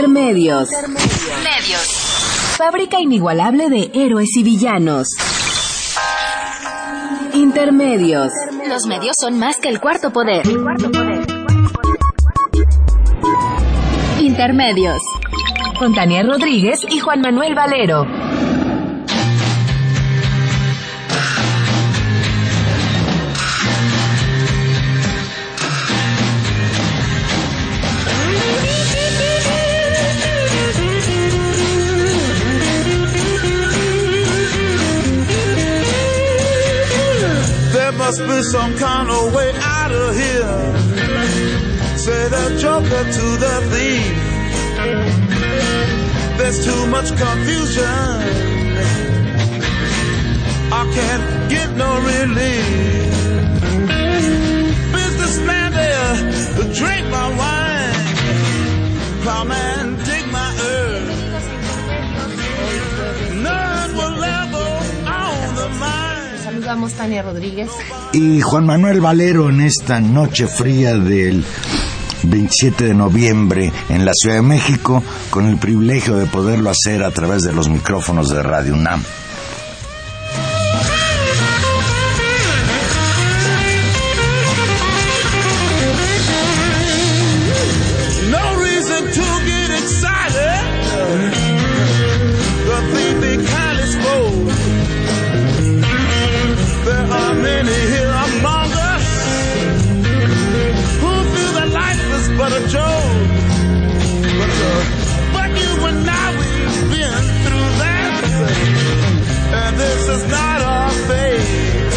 Intermedios. Fábrica inigualable de héroes y villanos. Intermedios. Los medios son más que el cuarto poder. Intermedios. Con Tania Rodríguez y Juan Manuel Valero. Must be some kind of way out of here. Say the joker to the thief. There's too much confusion. I can't get no relief. Businessman there, drink my wine. Plowman, dig my earth. None will ever own the mine. Saludamos Tania Rodríguez y Juan Manuel Valero en esta noche fría del 27 de noviembre en la Ciudad de México, con el privilegio de poderlo hacer a través de los micrófonos de Radio UNAM. But a joke, but you and I, we've been through that, and this is not our fate.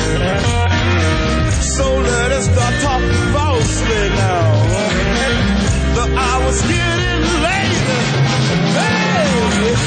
So let us start talking falsely now. The hour's getting late. Hey!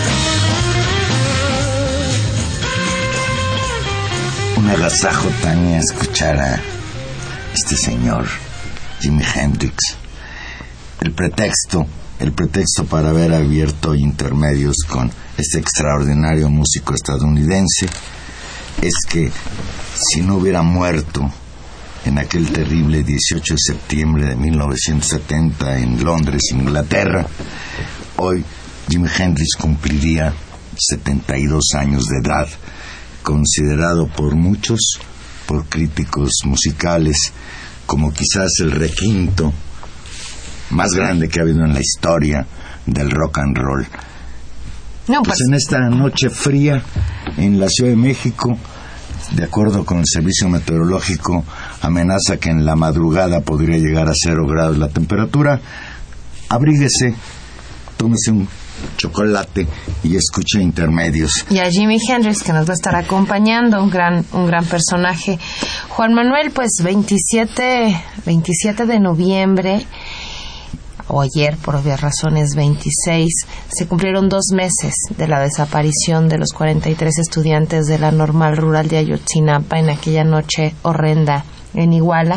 Un agasajo, Tania, escuchar a este señor Jimi Hendrix. El pretexto para haber abierto Intermedios con este extraordinario músico estadounidense es que si no hubiera muerto en aquel terrible 18 de septiembre de 1970 en Londres, Inglaterra, hoy Jimi Hendrix cumpliría 72 años de edad, considerado por muchos, por críticos musicales, como quizás el requinto más grande que ha habido en la historia del rock and roll. No, pues en esta noche fría en la Ciudad de México, de acuerdo con el servicio meteorológico, amenaza que en la madrugada podría llegar a 0 grados la temperatura. Abríguese, tómese un chocolate y escuche Intermedios. Y a Jimi Hendrix, que nos va a estar acompañando, un gran personaje. Juan Manuel, pues 27 de noviembre, o ayer, por obvias razones, 26, se cumplieron 2 meses de la desaparición de los 43 estudiantes de la Normal Rural de Ayotzinapa en aquella noche horrenda en Iguala.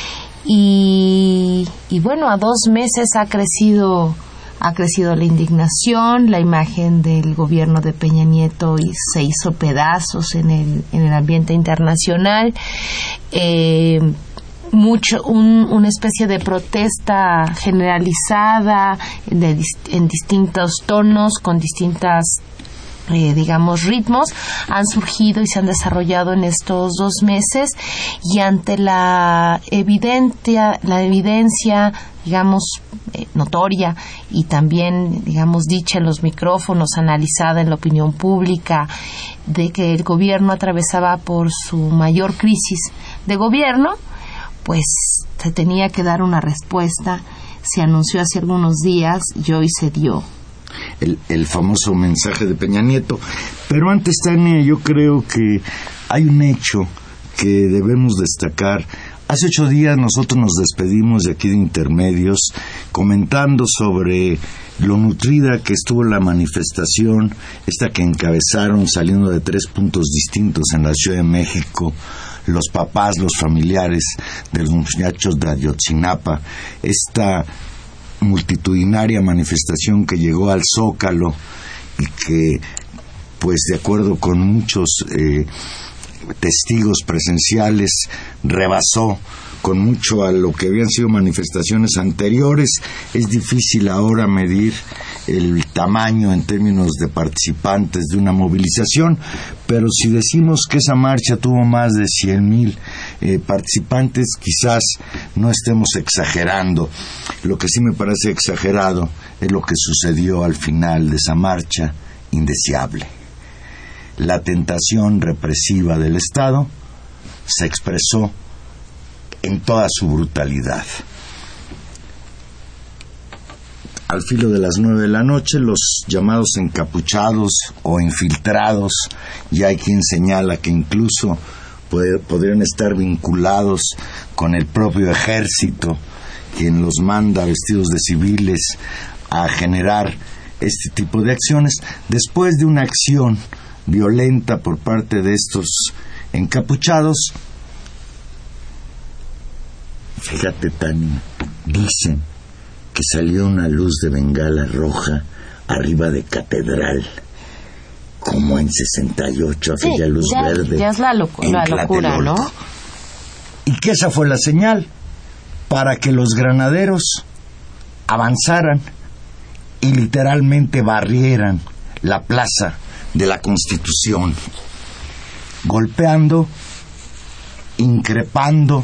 Y bueno, a 2 meses ha crecido la indignación, la imagen del gobierno de Peña Nieto se hizo pedazos en el ambiente internacional. Una especie de protesta generalizada en distintos tonos, con distintas ritmos, han surgido y se han desarrollado en estos 2 meses, y ante la evidencia, notoria y también, dicha en los micrófonos, analizada en la opinión pública, de que el gobierno atravesaba por su mayor crisis de gobierno, pues se tenía que dar una respuesta. Se anunció hace algunos días y hoy se dio. El famoso mensaje de Peña Nieto. Pero antes, Tania, yo creo que hay un hecho que debemos destacar. Hace 8 días nosotros nos despedimos de aquí de Intermedios comentando sobre lo nutrida que estuvo la manifestación, esta que encabezaron saliendo de 3 puntos distintos en la Ciudad de México, los papás, los familiares de los muchachos de Ayotzinapa, esta multitudinaria manifestación que llegó al Zócalo y que, pues de acuerdo con muchos testigos presenciales, rebasó con mucho a lo que habían sido manifestaciones anteriores. Es difícil ahora medir el tamaño en términos de participantes de una movilización, pero si decimos que esa marcha tuvo más de 100,000 participantes, quizás no estemos exagerando. Lo que sí me parece exagerado es lo que sucedió al final de esa marcha indeseable. La tentación represiva del Estado se expresó en toda su brutalidad. Al filo de las 9 de la noche, los llamados encapuchados o infiltrados, ya hay quien señala que incluso podrían estar vinculados con el propio ejército, quien los manda vestidos de civiles a generar este tipo de acciones. Después de una acción violenta por parte de estos encapuchados, fíjate, Tania, dicen que salió una luz de bengala roja arriba de Catedral, como en 68, aquella luz verde. Ya es la locura, ¿no? Y que esa fue la señal para que los granaderos avanzaran y literalmente barrieran la plaza de la Constitución, golpeando, increpando,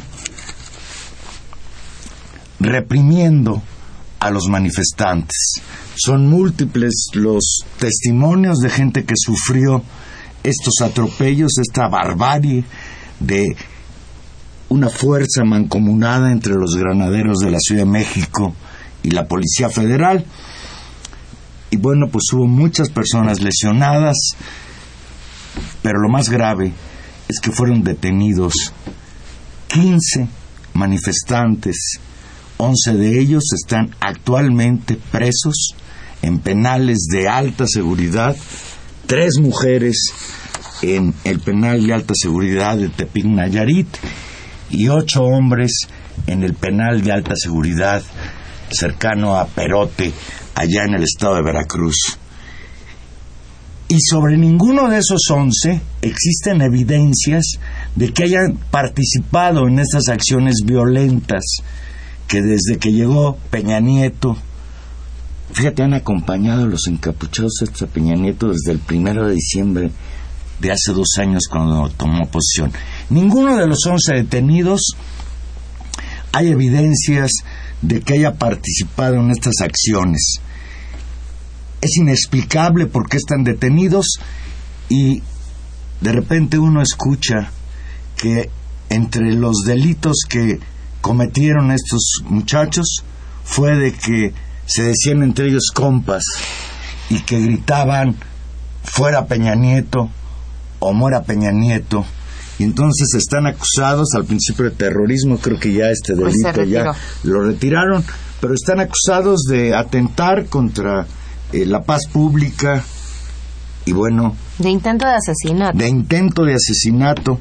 reprimiendo a los manifestantes. Son múltiples los testimonios de gente que sufrió estos atropellos, esta barbarie de una fuerza mancomunada entre los granaderos de la Ciudad de México y la Policía Federal. Y bueno, pues hubo muchas personas lesionadas, pero lo más grave es que fueron detenidos 15 manifestantes. 11 de ellos están actualmente presos en penales de alta seguridad, 3 mujeres en el penal de alta seguridad de Tepic, Nayarit, y 8 hombres en el penal de alta seguridad cercano a Perote, allá en el estado de Veracruz. Y sobre ninguno de esos 11 existen evidencias de que hayan participado en estas acciones violentas que desde que llegó Peña Nieto, fíjate, han acompañado a los encapuchados a Peña Nieto desde el 1 de diciembre de hace 2 años, cuando tomó posesión. Ninguno de los 11 detenidos hay evidencias de que haya participado en estas acciones. Es inexplicable por qué están detenidos, y de repente uno escucha que entre los delitos que cometieron estos muchachos fue de que se decían entre ellos compas y que gritaban fuera Peña Nieto o muera Peña Nieto, y entonces están acusados al principio de terrorismo. Creo que ya este delito ya lo retiraron, pero están acusados de atentar contra la paz pública y bueno, de intento de asesinato.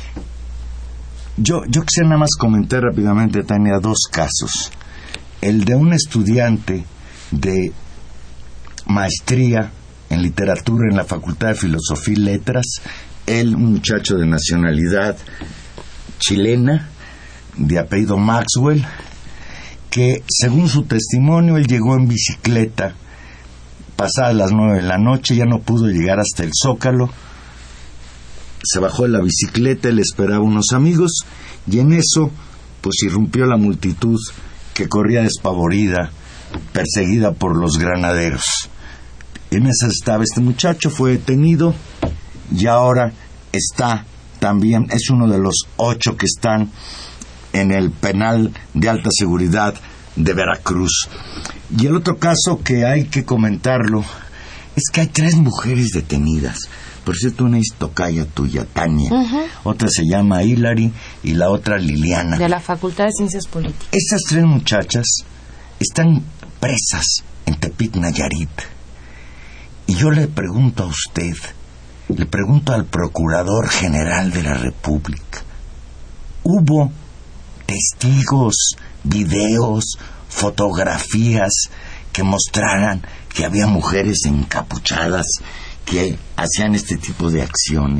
Yo quisiera nada más comentar rápidamente, Tania, 2 casos. El de un estudiante de maestría en literatura en la Facultad de Filosofía y Letras, él, un muchacho de nacionalidad chilena, de apellido Maxwell, que según su testimonio, él llegó en bicicleta pasadas las 9 de la noche, ya no pudo llegar hasta el Zócalo, se bajó de la bicicleta, le esperaba unos amigos, y en eso pues irrumpió la multitud que corría despavorida, perseguida por los granaderos. En esa estaba este muchacho, fue detenido y ahora está también, es uno de los 8 que están en el penal de alta seguridad de Veracruz. Y el otro caso que hay que comentarlo es que hay 3 mujeres detenidas. Por cierto, una es tocaya tuya, Tania. Otra se llama Hilary y la otra Liliana. De la Facultad de Ciencias Políticas. Estas 3 muchachas están presas en Tepic, Nayarit. Y yo le pregunto a usted, le pregunto al Procurador General de la República, ¿hubo testigos, videos, fotografías que mostraran que había mujeres encapuchadas que hacían este tipo de acciones?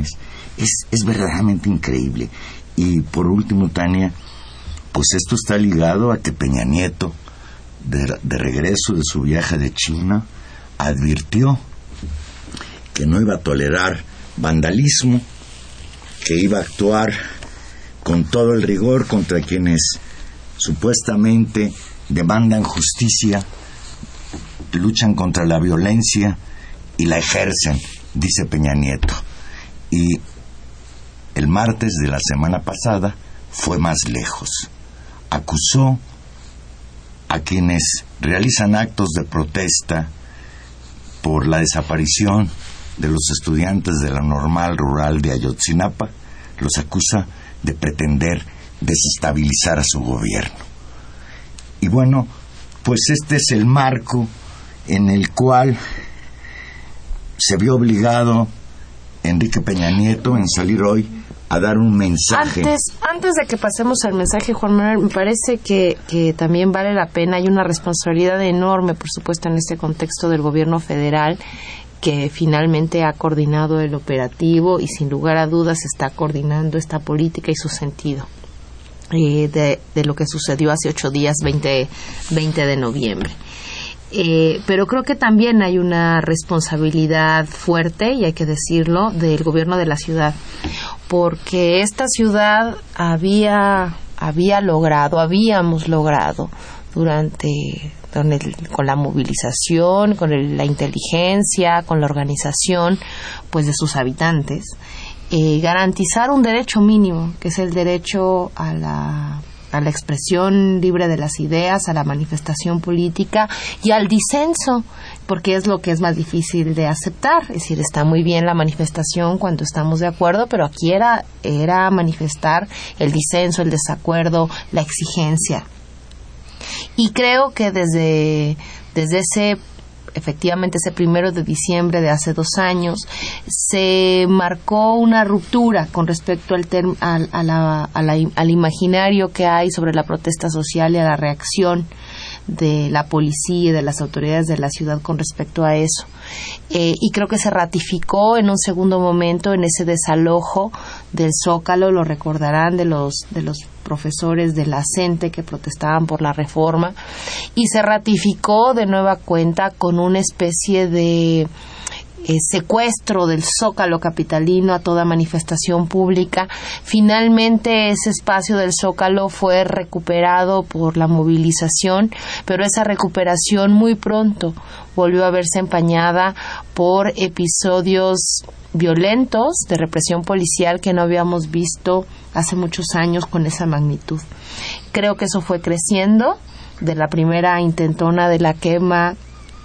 Es verdaderamente increíble. Y por último, Tania, pues esto está ligado a que Peña Nieto, de regreso de su viaje de China, advirtió que no iba a tolerar vandalismo, que iba a actuar con todo el rigor contra quienes supuestamente demandan justicia, luchan contra la violencia y la ejercen, dice Peña Nieto. Y el martes de la semana pasada fue más lejos. Acusó a quienes realizan actos de protesta por la desaparición de los estudiantes de la Normal Rural de Ayotzinapa, los acusa de pretender desestabilizar a su gobierno. Y bueno, pues este es el marco en el cual se vio obligado Enrique Peña Nieto en salir hoy a dar un mensaje. Antes de que pasemos al mensaje, Juan Manuel, me parece que también vale la pena, hay una responsabilidad enorme, por supuesto, en este contexto del gobierno federal, que finalmente ha coordinado el operativo y sin lugar a dudas está coordinando esta política y su sentido de lo que sucedió hace 8 días, 20 de noviembre. Pero creo que también hay una responsabilidad fuerte, y hay que decirlo, del gobierno de la ciudad, porque esta ciudad habíamos logrado con la movilización, con la inteligencia, con la organización pues de sus habitantes, garantizar un derecho mínimo, que es el derecho a la expresión libre de las ideas, a la manifestación política y al disenso, porque es lo que es más difícil de aceptar. Es decir, está muy bien la manifestación cuando estamos de acuerdo, pero aquí era manifestar el disenso, el desacuerdo, la exigencia. Y creo que desde efectivamente ese 1 de diciembre de hace 2 años se marcó una ruptura con respecto al imaginario que hay sobre la protesta social y a la reacción de la policía y de las autoridades de la ciudad con respecto a eso. Y creo que se ratificó en un segundo momento en ese desalojo del Zócalo, lo recordarán, de los profesores de la CENTE que protestaban por la reforma, y se ratificó de nueva cuenta con una especie de secuestro del Zócalo capitalino a toda manifestación pública. Finalmente ese espacio del Zócalo fue recuperado por la movilización, pero esa recuperación muy pronto volvió a verse empañada por episodios violentos de represión policial que no habíamos visto hace muchos años con esa magnitud. Creo que eso fue creciendo de la primera intentona de la quema,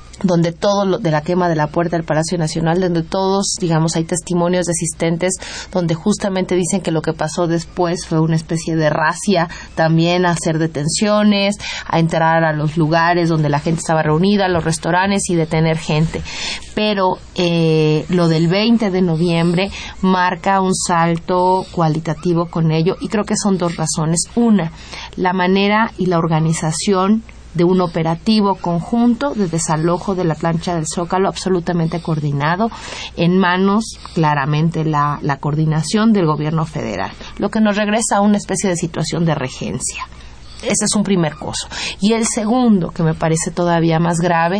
de la quema de la puerta del Palacio Nacional, donde todos, digamos, hay testimonios de asistentes donde justamente dicen que lo que pasó después fue una especie de racia, también a hacer detenciones, a entrar a los lugares donde la gente estaba reunida, a los restaurantes, y detener gente. Pero lo del 20 de noviembre marca un salto cualitativo con ello, y creo que son 2 razones. Una, la manera y la organización de un operativo conjunto de desalojo de la plancha del Zócalo, absolutamente coordinado, en manos claramente la coordinación del gobierno federal, lo que nos regresa a una especie de situación de regencia. Ese es un primer coso. Y el segundo, que me parece todavía más grave,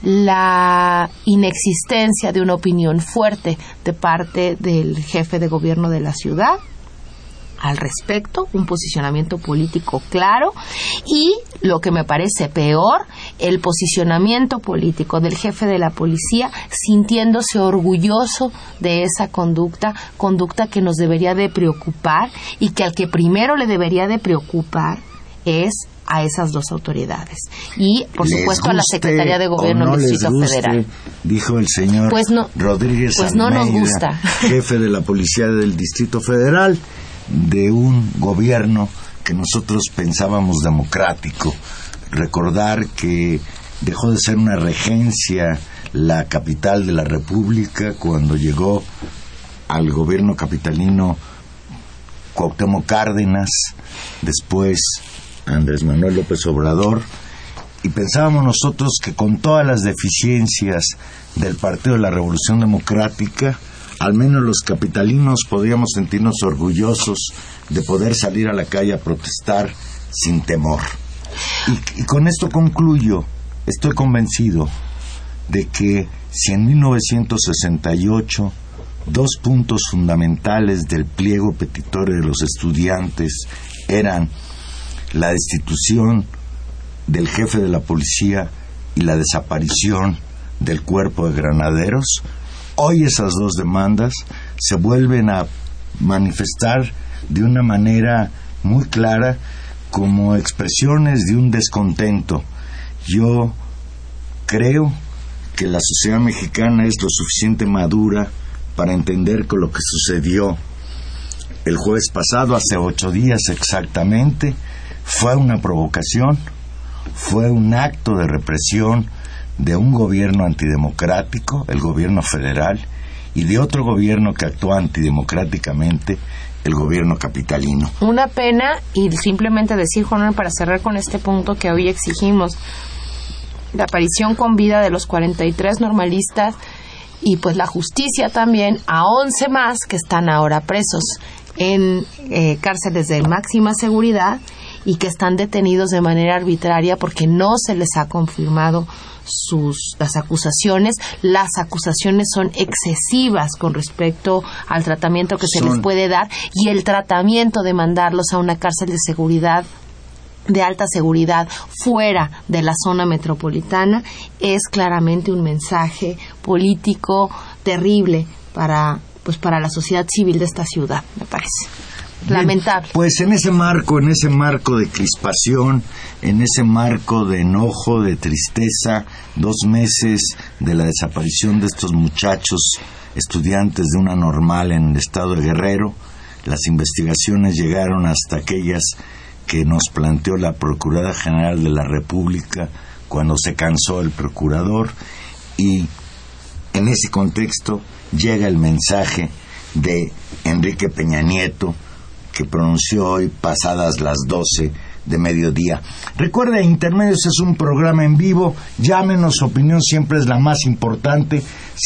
la inexistencia de una opinión fuerte de parte del jefe de gobierno de la ciudad al respecto, un posicionamiento político claro, y lo que me parece peor, el posicionamiento político del jefe de la policía sintiéndose orgulloso de esa conducta que nos debería de preocupar, y que al que primero le debería de preocupar es a esas 2 autoridades y, por supuesto, a la Secretaría de Gobierno del Distrito Federal. Dijo el señor Rodríguez Almeida, no nos gusta, jefe de la Policía del Distrito Federal, de un gobierno que nosotros pensábamos democrático. Recordar que dejó de ser una regencia la capital de la República cuando llegó al gobierno capitalino Cuauhtémoc Cárdenas, después Andrés Manuel López Obrador, y pensábamos nosotros que con todas las deficiencias del Partido de la Revolución Democrática al menos los capitalinos podríamos sentirnos orgullosos de poder salir a la calle a protestar sin temor. Y con esto concluyo. Estoy convencido de que si en 1968 dos puntos fundamentales del pliego petitorio de los estudiantes eran la destitución del jefe de la policía y la desaparición del cuerpo de granaderos, hoy esas dos demandas se vuelven a manifestar de una manera muy clara como expresiones de un descontento. Yo creo que la sociedad mexicana es lo suficiente madura para entender que lo que sucedió el jueves pasado, hace 8 días exactamente, fue una provocación, fue un acto de represión de un gobierno antidemocrático, el gobierno federal, y de otro gobierno que actuó antidemocráticamente, el gobierno capitalino. Una pena, y simplemente decir, Juan, para cerrar con este punto, que hoy exigimos la aparición con vida de los 43 normalistas y pues la justicia también a 11 más que están ahora presos en cárceles de máxima seguridad y que están detenidos de manera arbitraria porque no se les ha confirmado las acusaciones. Las acusaciones son excesivas con respecto al tratamiento que se les puede dar, y el tratamiento de mandarlos a una cárcel de seguridad, de alta seguridad, fuera de la zona metropolitana, es claramente un mensaje político terrible para la sociedad civil de esta ciudad, me parece. Lamentable. Bien, pues en ese marco de crispación, en ese marco de enojo, de tristeza, 2 meses de la desaparición de estos muchachos estudiantes de una normal en el estado de Guerrero, las investigaciones llegaron hasta aquellas que nos planteó la Procuradora General de la República cuando se cansó el procurador, y en ese contexto llega el mensaje de Enrique Peña Nieto, que pronunció hoy pasadas las 12 de mediodía. Recuerde, Intermedios es un programa en vivo. Llámenos, su opinión siempre es la más importante.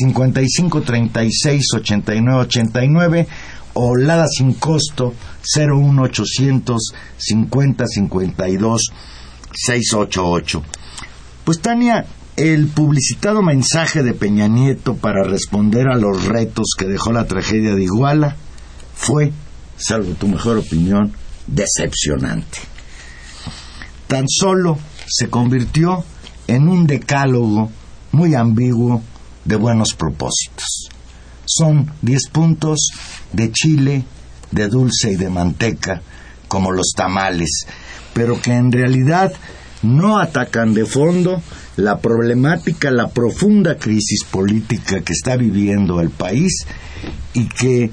5536-8989 o Lada sin costo 01800 5052 688. Pues Tania, el publicitado mensaje de Peña Nieto para responder a los retos que dejó la tragedia de Iguala fue, salvo tu mejor opinión, decepcionante. Tan solo se convirtió en un decálogo muy ambiguo de buenos propósitos. Son 10 puntos de chile, de dulce y de manteca, como los tamales, pero que en realidad no atacan de fondo la problemática, la profunda crisis política que está viviendo el país, y que,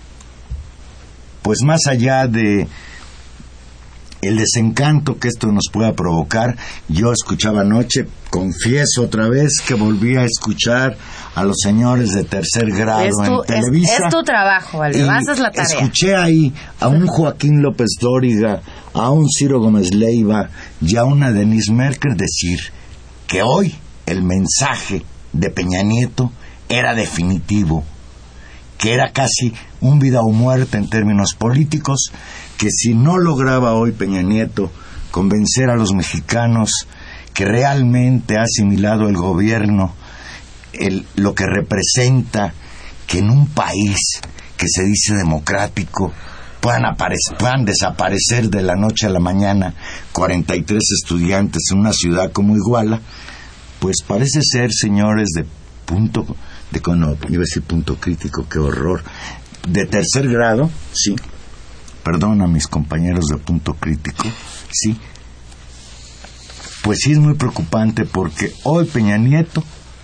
pues más allá de el desencanto que esto nos pueda provocar, yo escuchaba anoche, confieso otra vez que volví a escuchar a los señores de Tercer Grado en Televisa. Es tu trabajo, vale, haces la tarea. Escuché ahí a un Joaquín López Dóriga, a un Ciro Gómez Leiva y a una Denise Merker decir que hoy el mensaje de Peña Nieto era definitivo, que era casi un vida o muerte en términos políticos, que si no lograba hoy Peña Nieto convencer a los mexicanos que realmente ha asimilado el gobierno lo que representa que en un país que se dice democrático puedan desaparecer de la noche a la mañana 43 estudiantes en una ciudad como Iguala, pues parece ser, señores de punto crítico, qué horror, de Tercer Grado, sí, perdón a mis compañeros de Punto Crítico, sí, pues sí es muy preocupante, porque hoy Peña Nieto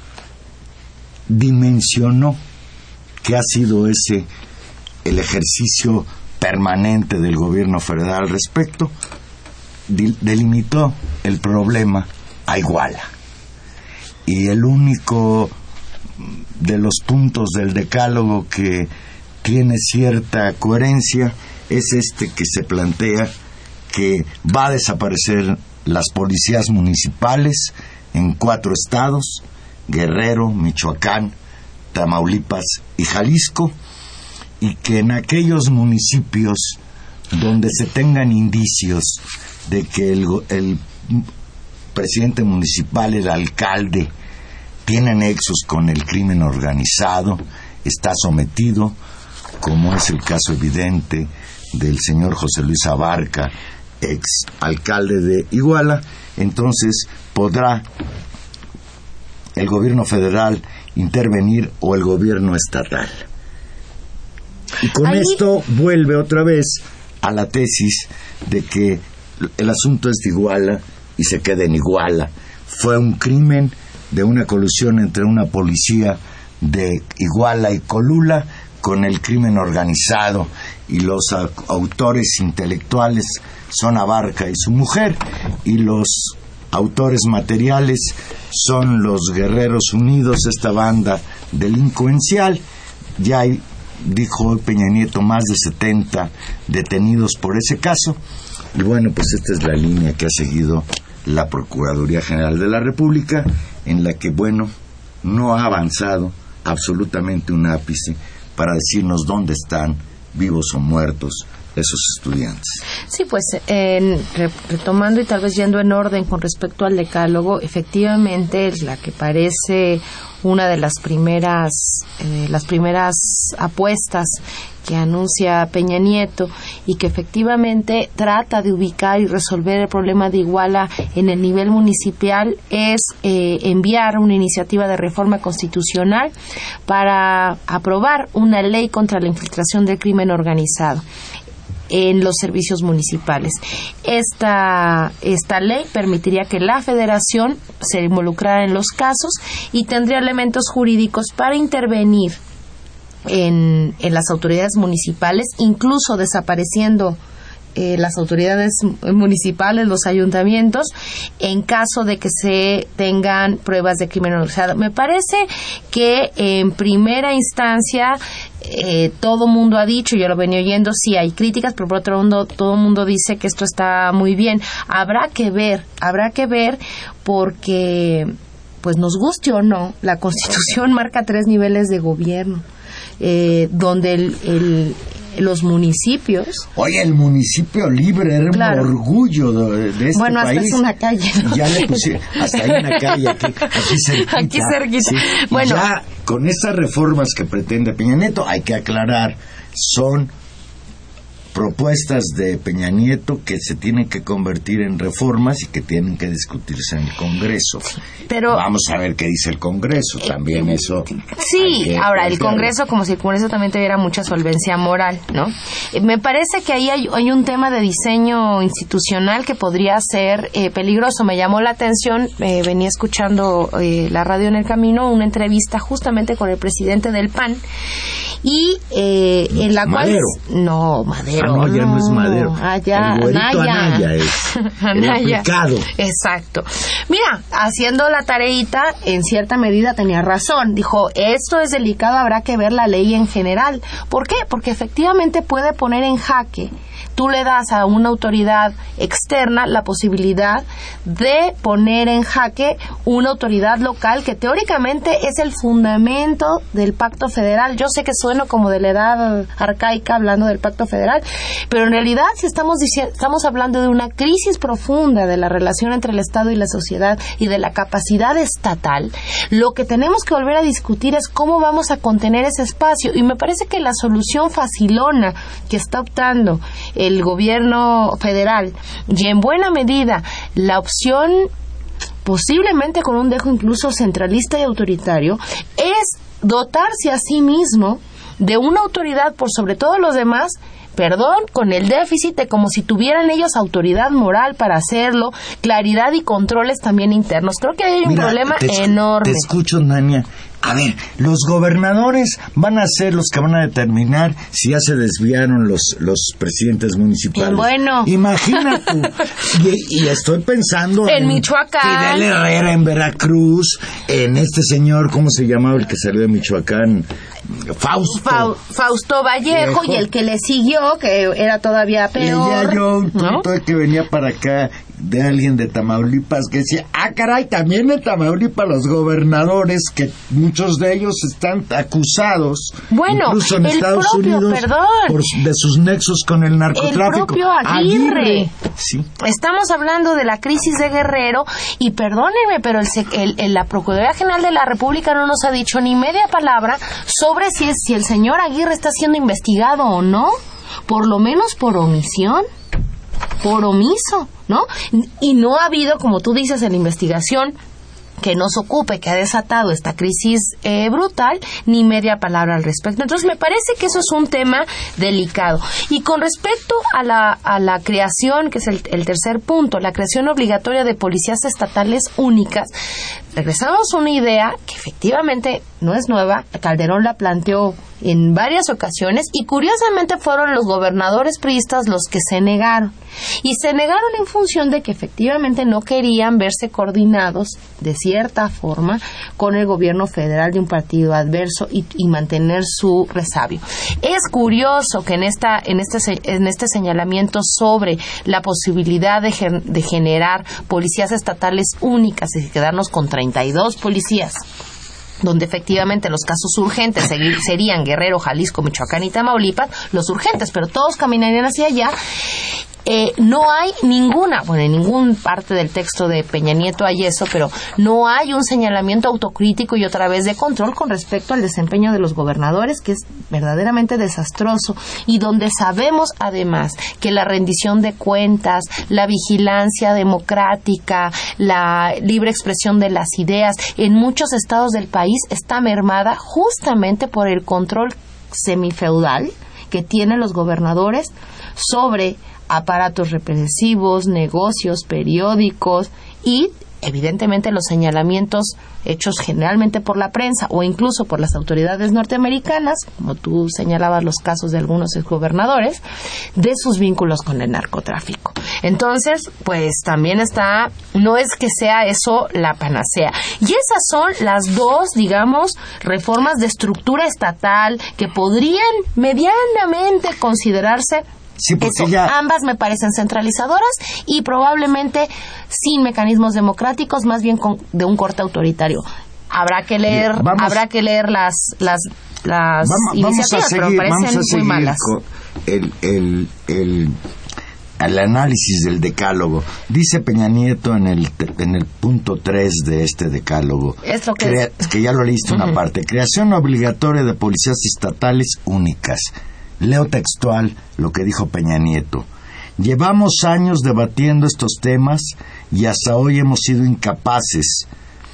dimensionó que ha sido ese el ejercicio permanente del gobierno federal al respecto, delimitó el problema a Iguala, y el único de los puntos del decálogo que tiene cierta coherencia es este que se plantea que va a desaparecer las policías municipales en 4 estados, Guerrero, Michoacán, Tamaulipas y Jalisco, y que en aquellos municipios donde se tengan indicios de que el presidente municipal, el alcalde, tiene nexos con el crimen organizado, está sometido, como es el caso evidente del señor José Luis Abarca, ex alcalde de Iguala, entonces podrá el gobierno federal intervenir o el gobierno estatal. Y con esto vuelve otra vez a la tesis de que el asunto es de Iguala y se queda en Iguala. Fue un crimen de una colusión entre una policía de Iguala y Colula con el crimen organizado, y los autores intelectuales son Abarca y su mujer, y los autores materiales son los Guerreros Unidos, esta banda delincuencial. Ya hay, dijo Peña Nieto, más de 70 detenidos por ese caso. Y bueno, pues esta es la línea que ha seguido la Procuraduría General de la República, en la que, bueno, no ha avanzado absolutamente un ápice para decirnos dónde están, vivos o muertos, esos estudiantes. Sí, pues retomando y tal vez yendo en orden con respecto al decálogo, efectivamente es la que parece una de las primeras apuestas que anuncia Peña Nieto, y que efectivamente trata de ubicar y resolver el problema de Iguala en el nivel municipal, es enviar una iniciativa de reforma constitucional para aprobar una ley contra la infiltración del crimen organizado en los servicios municipales. Esta ley permitiría que la Federación se involucrara en los casos y tendría elementos jurídicos para intervenir en las autoridades municipales, incluso desapareciendo las autoridades municipales, los ayuntamientos, en caso de que se tengan pruebas de crimen organizado. Me parece que en primera instancia todo mundo ha dicho, yo lo venía oyendo, sí hay críticas, pero por otro lado todo mundo dice que esto está muy bien. Habrá que ver porque, pues nos guste o no, la Constitución marca 3 niveles de gobierno, donde los municipios... Oye, el municipio libre era claro, un orgullo de este bueno, hasta país. es una calle, ¿no? Ya le pusieron, hasta hay una calle aquí cerquita. Aquí cerquita. Sí. Bueno, ya con estas reformas que pretende Peña Nieto, hay que aclarar, son propuestas de Peña Nieto que se tienen que convertir en reformas y que tienen que discutirse en el Congreso. Pero vamos a ver qué dice el Congreso, también eso. Sí, ahora el Congreso, como si el Congreso también tuviera mucha solvencia moral, ¿no? Me parece que ahí hay un tema de diseño institucional que podría ser peligroso. Me llamó la atención, venía escuchando la radio en el camino, una entrevista justamente con el presidente del PAN, y en la Madero. cual... No, Madero. No, ya no es Madero. Ya, el güerito Anaya es. Anaya. El aplicado. Exacto. Mira, haciendo la tareita, en cierta medida tenía razón. Dijo, esto es delicado, habrá que ver la ley en general. ¿Por qué? Porque efectivamente puede poner en jaque. Tú le das a una autoridad externa la posibilidad de poner en jaque una autoridad local que teóricamente es el fundamento del Pacto Federal. Yo sé que sueno como de la edad arcaica hablando del Pacto Federal, pero en realidad si estamos hablando de una crisis profunda de la relación entre el Estado y la sociedad y de la capacidad estatal, lo que tenemos que volver a discutir es cómo vamos a contener ese espacio. Y me parece que la solución facilona que está optando el gobierno federal, y en buena medida la opción, posiblemente con un dejo incluso centralista y autoritario, es dotarse a sí mismo de una autoridad por sobre todo los demás, con el déficit de como si tuvieran ellos autoridad moral para hacerlo, claridad y controles también internos. Creo que hay un problema enorme. Te escucho, Nania. A ver, los gobernadores van a ser los que van a determinar si ya se desviaron los presidentes municipales. Bueno. Imagínate. y estoy pensando en Michoacán. Fidel Herrera en Veracruz, en este señor, ¿cómo se llamaba el que salió de Michoacán? Fausto Vallejo, y el que le siguió, que era todavía peor. Leía yo un tuit que venía para acá de alguien de Tamaulipas que decía, caray, también en Tamaulipas los gobernadores, que muchos de ellos están acusados, bueno, incluso en Estados Unidos, de sus nexos con el narcotráfico. El propio Aguirre. Sí. Estamos hablando de la crisis de Guerrero, y perdónenme, pero la Procuraduría General de la República no nos ha dicho ni media palabra sobre si el señor Aguirre está siendo investigado o no, por lo menos por omisión, por omiso, ¿no? Y no ha habido, como tú dices, en la investigación que nos ocupe, que ha desatado esta crisis brutal, ni media palabra al respecto. Entonces me parece que eso es un tema delicado. Y con respecto a la creación, que es el tercer punto, la creación obligatoria de policías estatales únicas, regresamos a una idea que efectivamente no es nueva. Calderón la planteó en varias ocasiones y curiosamente fueron los gobernadores priistas los que se negaron. Y se negaron en función de que efectivamente no querían verse coordinados de cierta forma con el gobierno federal de un partido adverso y mantener su resabio. Es curioso que en este señalamiento sobre la posibilidad de generar policías estatales únicas y quedarnos con 32 policías, donde efectivamente los casos urgentes serían Guerrero, Jalisco, Michoacán y Tamaulipas, los urgentes, pero todos caminarían hacia allá. No hay en ninguna parte del texto de Peña Nieto hay eso, pero no hay un señalamiento autocrítico y otra vez de control con respecto al desempeño de los gobernadores, que es verdaderamente desastroso, y donde sabemos además que la rendición de cuentas, la vigilancia democrática, la libre expresión de las ideas en muchos estados del país está mermada justamente por el control semifeudal que tienen los gobernadores sobre aparatos represivos, negocios, periódicos y evidentemente los señalamientos hechos generalmente por la prensa o incluso por las autoridades norteamericanas, como tú señalabas los casos de algunos exgobernadores, de sus vínculos con el narcotráfico. Entonces, pues también no es que sea eso la panacea. Y esas son las dos, digamos, reformas de estructura estatal que podrían medianamente considerarse. Sí, porque ambas me parecen centralizadoras y probablemente sin mecanismos democráticos, más bien de un corte autoritario. Habrá que leer las iniciativas, pero me parecen muy malas. El análisis del decálogo. Dice Peña Nieto en el punto 3 de este decálogo, que ya lo leíste una parte, creación obligatoria de policías estatales únicas. Leo textual lo que dijo Peña Nieto. Llevamos años debatiendo estos temas y hasta hoy hemos sido incapaces.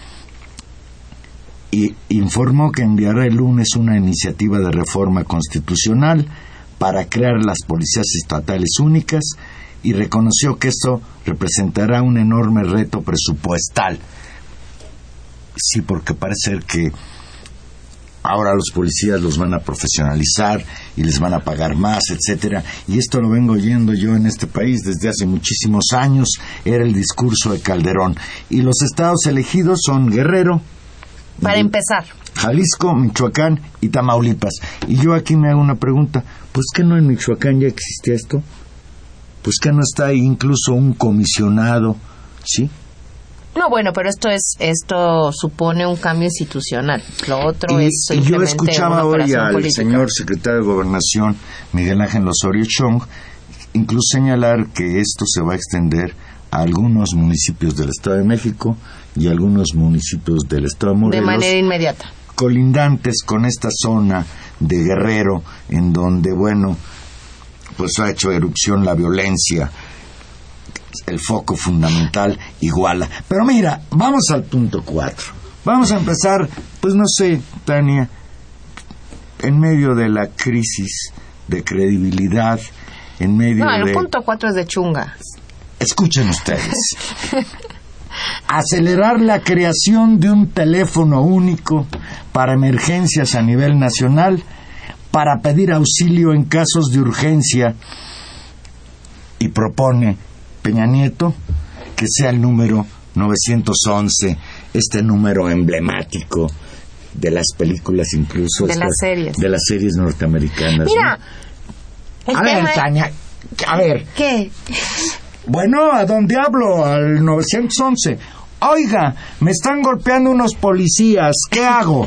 Y informó que enviará el lunes una iniciativa de reforma constitucional para crear las policías estatales únicas y reconoció que esto representará un enorme reto presupuestal. Sí, porque parece ser que ahora los policías los van a profesionalizar y les van a pagar más, etcétera. Y esto lo vengo oyendo yo en este país desde hace muchísimos años. Era el discurso de Calderón. Y los estados elegidos son Guerrero, para empezar, Jalisco, Michoacán y Tamaulipas. Y yo aquí me hago una pregunta. ¿Pues qué no en Michoacán ya existía esto? ¿Pues qué no está ahí incluso un comisionado? ¿Sí? No, bueno, pero esto supone un cambio institucional. Lo otro es simplemente yo escuchaba hoy al política. Señor secretario de Gobernación, Miguel Ángel Osorio Chong, incluso señalar que esto se va a extender a algunos municipios del Estado de México y a algunos municipios del Estado de Morelos. De manera inmediata. Colindantes con esta zona de Guerrero, en donde, bueno, pues ha hecho erupción la violencia. El foco fundamental Iguala. Pero mira, vamos al punto 4. Vamos a empezar, pues no sé, Tania, en medio de la crisis de credibilidad, en medio de... No, el punto 4 es de chunga. Escuchen ustedes. Acelerar la creación de un teléfono único para emergencias a nivel nacional, para pedir auxilio en casos de urgencia, y propone Peña Nieto que sea el número 911, este número emblemático de las películas, incluso de las series norteamericanas. Mira, ¿no? A ver, Tania, a ver. ¿Qué? Bueno, ¿a dónde hablo? Al 911. Oiga, me están golpeando unos policías. ¿Qué hago?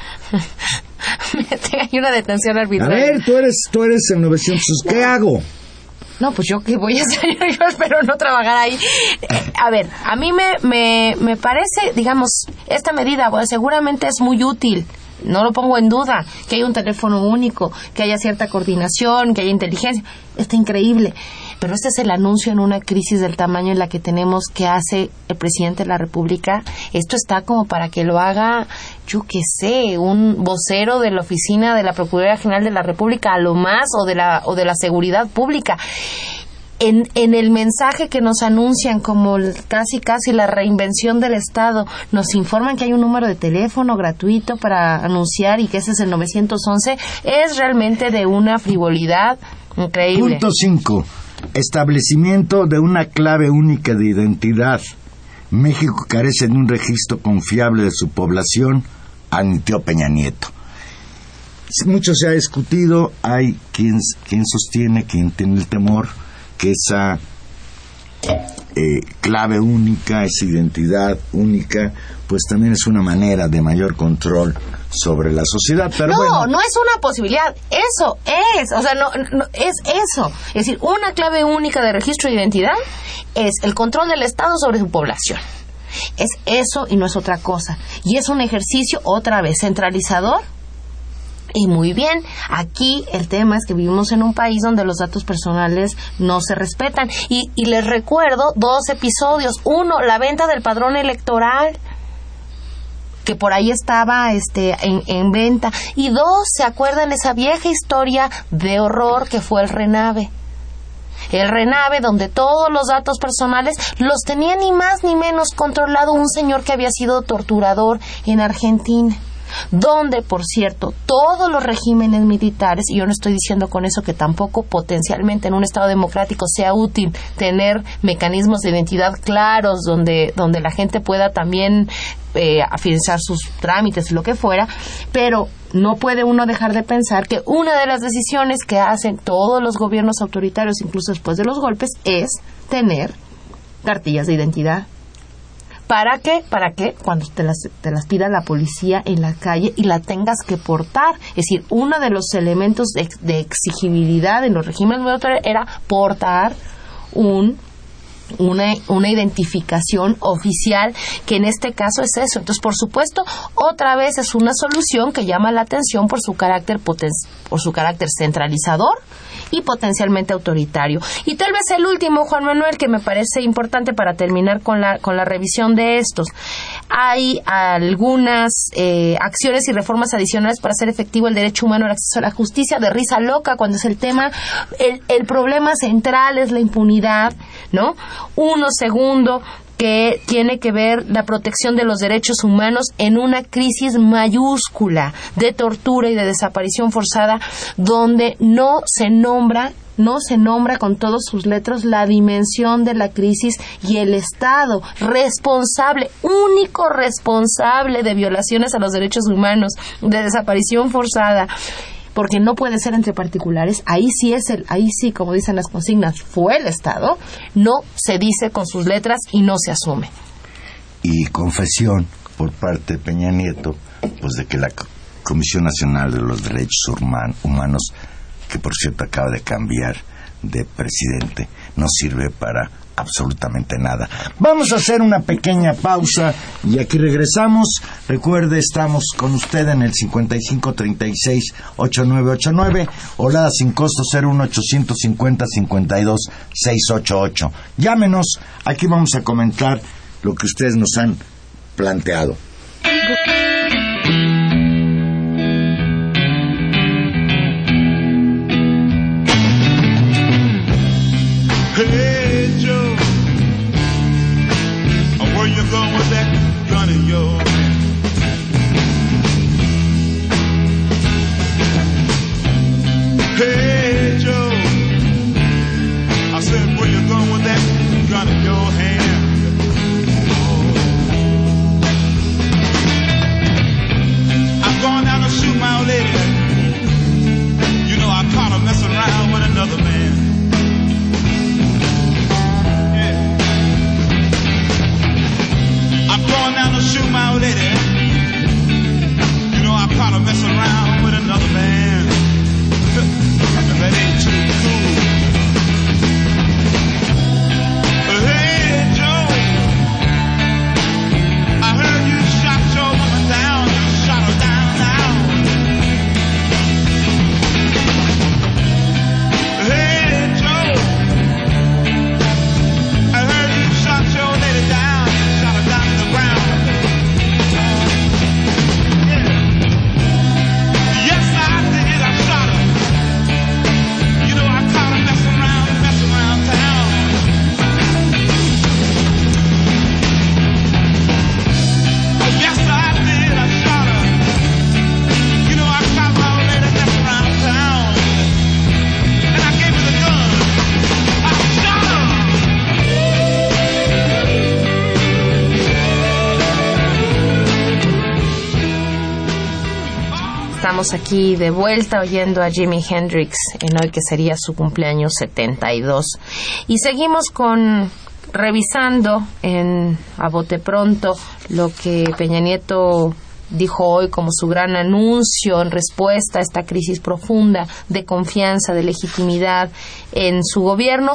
Hay una detención A arbitraria. ver, tú eres el 911. ¿Qué hago? No, pues yo qué voy a hacer, yo espero no trabajar ahí. A ver, a mí me parece, digamos, esta medida, bueno, seguramente es muy útil. No lo pongo en duda, que haya un teléfono único, que haya cierta coordinación, que haya inteligencia. Está increíble. Pero este es el anuncio en una crisis del tamaño en la que tenemos que hace el presidente de la República. Esto está como para que lo haga, yo qué sé, un vocero de la oficina de la Procuraduría General de la República, a lo más, o de la Seguridad Pública. En el mensaje que nos anuncian como casi la reinvención del Estado, nos informan que hay un número de teléfono gratuito para anunciar y que ese es el 911, es realmente de una frivolidad increíble. Punto 5. Establecimiento de una clave única de identidad. México carece de un registro confiable de su población, admitió Peña Nieto. Mucho se ha discutido, hay quien sostiene, quien tiene el temor que esa clave única, esa identidad única, pues también es una manera de mayor control sobre la sociedad. Pero no es una posibilidad, eso es, o sea, no es eso. Es decir, una clave única de registro de identidad es el control del Estado sobre su población. Es eso y no es otra cosa. Y es un ejercicio, otra vez, centralizador. Y muy bien, aquí el tema es que vivimos en un país donde los datos personales no se respetan. Y les recuerdo 2 episodios. 1, la venta del padrón electoral, que por ahí estaba en venta. Y 2, ¿se acuerdan esa vieja historia de horror que fue el RENAVE? El RENAVE, donde todos los datos personales los tenía ni más ni menos controlado un señor que había sido torturador en Argentina. Donde, por cierto, todos los regímenes militares, y yo no estoy diciendo con eso que tampoco potencialmente en un Estado democrático sea útil tener mecanismos de identidad claros, donde la gente pueda también afianzar sus trámites y lo que fuera, pero no puede uno dejar de pensar que una de las decisiones que hacen todos los gobiernos autoritarios, incluso después de los golpes, es tener cartillas de identidad. ¿Para qué? Para que cuando te las pida la policía en la calle y la tengas que portar. Es decir, uno de los elementos de exigibilidad en los regímenes militares era portar una identificación oficial, que en este caso es eso. Entonces, por supuesto, otra vez es una solución que llama la atención por su carácter centralizador y potencialmente autoritario. Y tal vez el último, Juan Manuel, que me parece importante para terminar con la revisión de estos. Hay algunas acciones y reformas adicionales para hacer efectivo el derecho humano al acceso a la justicia, de risa loca cuando es el tema. El problema central es la impunidad, ¿no? Segundo, que tiene que ver la protección de los derechos humanos en una crisis mayúscula de tortura y de desaparición forzada, donde no se nombra con todas sus letras la dimensión de la crisis y el Estado único responsable de violaciones a los derechos humanos, de desaparición forzada. Porque no puede ser entre particulares. Ahí sí, como dicen las consignas, fue el Estado. No se dice con sus letras y no se asume. Y confesión por parte de Peña Nieto, pues de que la Comisión Nacional de los Derechos Humanos, que por cierto acaba de cambiar de presidente, no sirve para absolutamente nada. Vamos a hacer una pequeña pausa y aquí regresamos. Recuerde, estamos con usted en el 5536-8989 o la sin costo 01850-52-688. Llámenos, aquí vamos a comentar lo que ustedes nos han planteado. Hey Joe, where you going with that gun of yours? Hey Joe, I said, where you going with that gun in your hand? going down to shoot my old lady. You know, I caught her messing around with another man. And that ain't too cool. Hey, Joe, I heard you shot your woman down. You shot her down now. Hey, Joe, I heard you shot your lady down. You shot her down to the ground. Yeah. Yes, I did. I shot her. You know, I caught her messing around town. Yes, I did. I shot her. You know, I caught my old lady messing around town. And I gave her the gun. I shot her. Estamos aquí de vuelta oyendo a Jimi Hendrix en hoy que sería su cumpleaños 72. Y seguimos revisando a bote pronto lo que Peña Nieto dijo hoy como su gran anuncio en respuesta a esta crisis profunda de confianza, de legitimidad en su gobierno.